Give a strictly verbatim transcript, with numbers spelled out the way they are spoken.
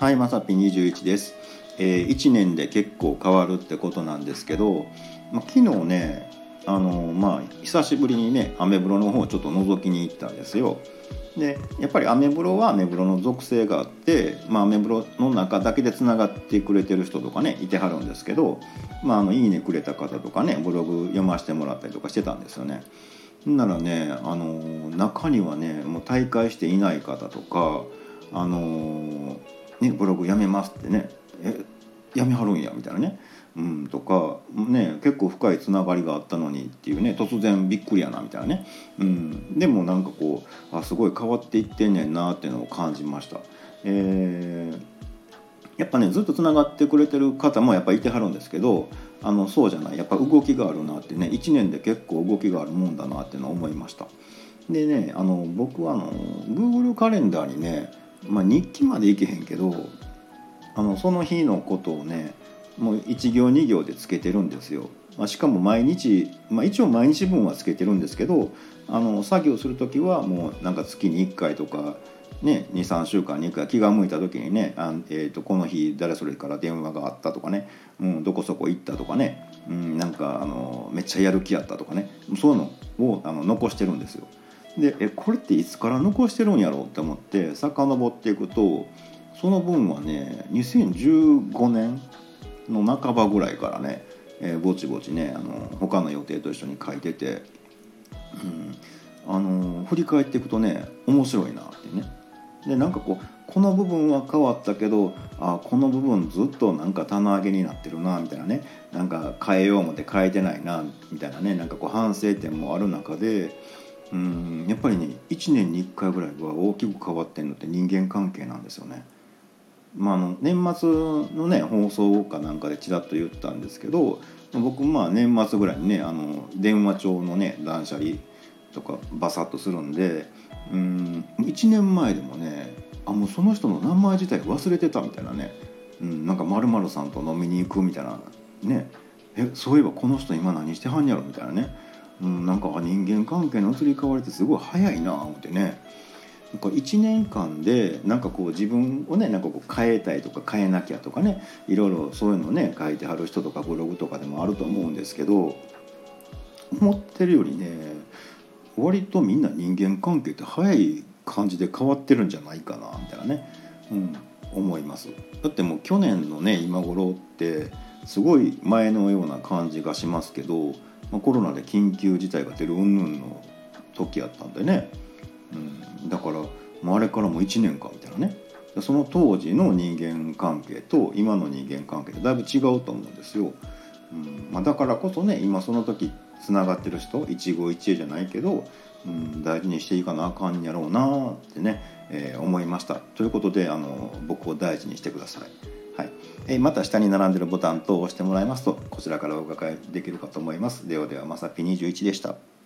はい、まさぴにじゅういちです、えー、いちねんで結構変わるってことなんですけど、まあ、昨日ねあの、まあ、久しぶりにねアメブロの方をちょっと覗きに行ったんですよ。でやっぱりアメブロはアメブロの属性があって、まあ、アメブロの中だけでつながってくれてる人とかねいてはるんですけど、まあ、あのいいねくれた方とかねブログ読ませてもらったりとかしてたんですよね。ならねあの中にはねもう退会していない方とかあのね、ブログやめますってねえやめはるんやみたいなね、うん、とかね結構深いつながりがあったのにっていうね突然びっくりやなみたいなね、うん、でもなんかこうあすごい変わっていってんねんなっていうのを感じました。えー、やっぱねずっとつながってくれてる方もやっぱいてはるんですけどあのそうじゃないやっぱ動きがあるなってねいちねんで結構動きがあるもんだなっていうのを思いました。でねあの僕はあの Google カレンダーにねまあ、日記までいけへんけどあのその日のことをねもういち行に行でつけてるんですよ。まあ、しかも毎日、まあ、一応毎日分はつけてるんですけどあの作業する時はもうなんか月にいっかいとか、ね、にさんしゅうかんにいっかい気が向いた時にねあ、えー、とこの日誰それから電話があったとかね、うん、どこそこ行ったとかね、うん、なんかあのめっちゃやる気やったとかねそういうのをあの残してるんですよ。でえこれっていつから残してるんやろうって思って遡っていくとその分はねにせんじゅうごねんの半ばぐらいからね、えー、ぼちぼちねあの他の予定と一緒に書いてて、うん、あの振り返っていくとね面白いなってね。でなんかこうこの部分は変わったけどあこの部分ずっとなんか棚上げになってるなみたいなねなんか変えよう思って変えてないなみたいなねなんかこう反省点もある中でうんやっぱりねいちねんにいっかいぐらいは大きく変わってるのって人間関係なんですよね。まあ、あの年末のね放送かなんかでちらっと言ったんですけど僕まあ年末ぐらいにねあの電話帳のね断捨離とかバサッとするんでうんいちねんまえでもねあもうその人の名前自体忘れてたみたいなね、うん、なんか〇〇さんと飲みに行くみたいなねえそういえばこの人今何してはんやろみたいなね、うん、なんか人間関係の移り変わりってすごい早いな思ってねなんかいちねんかんでなんかこう自分をねなんかこう変えたいとか変えなきゃとかねいろいろそういうのをね書いてはる人とかブログとかでもあると思うんですけど思ってるよりね割とみんな人間関係って早い感じで変わってるんじゃないかなみたいなね、うん、思います。だってもう去年のね今頃ってすごい前のような感じがしますけど、まあ、コロナで緊急事態が出る云々の時やったんでね、うん、だからもうあれからもういちねんかみたいなねその当時の人間関係と今の人間関係ってだいぶ違うと思うんですよ。うんまあ、だからこそね今その時つながってる人一期一会じゃないけど、うん、大事にしていかなあかんやろうなってね、えー、思いました。ということであの僕を大事にしてください。はいえー、また下に並んでるボタンと押してもらいますとこちらからお伺いできるかと思います。ではではまさぴにじゅういちでした。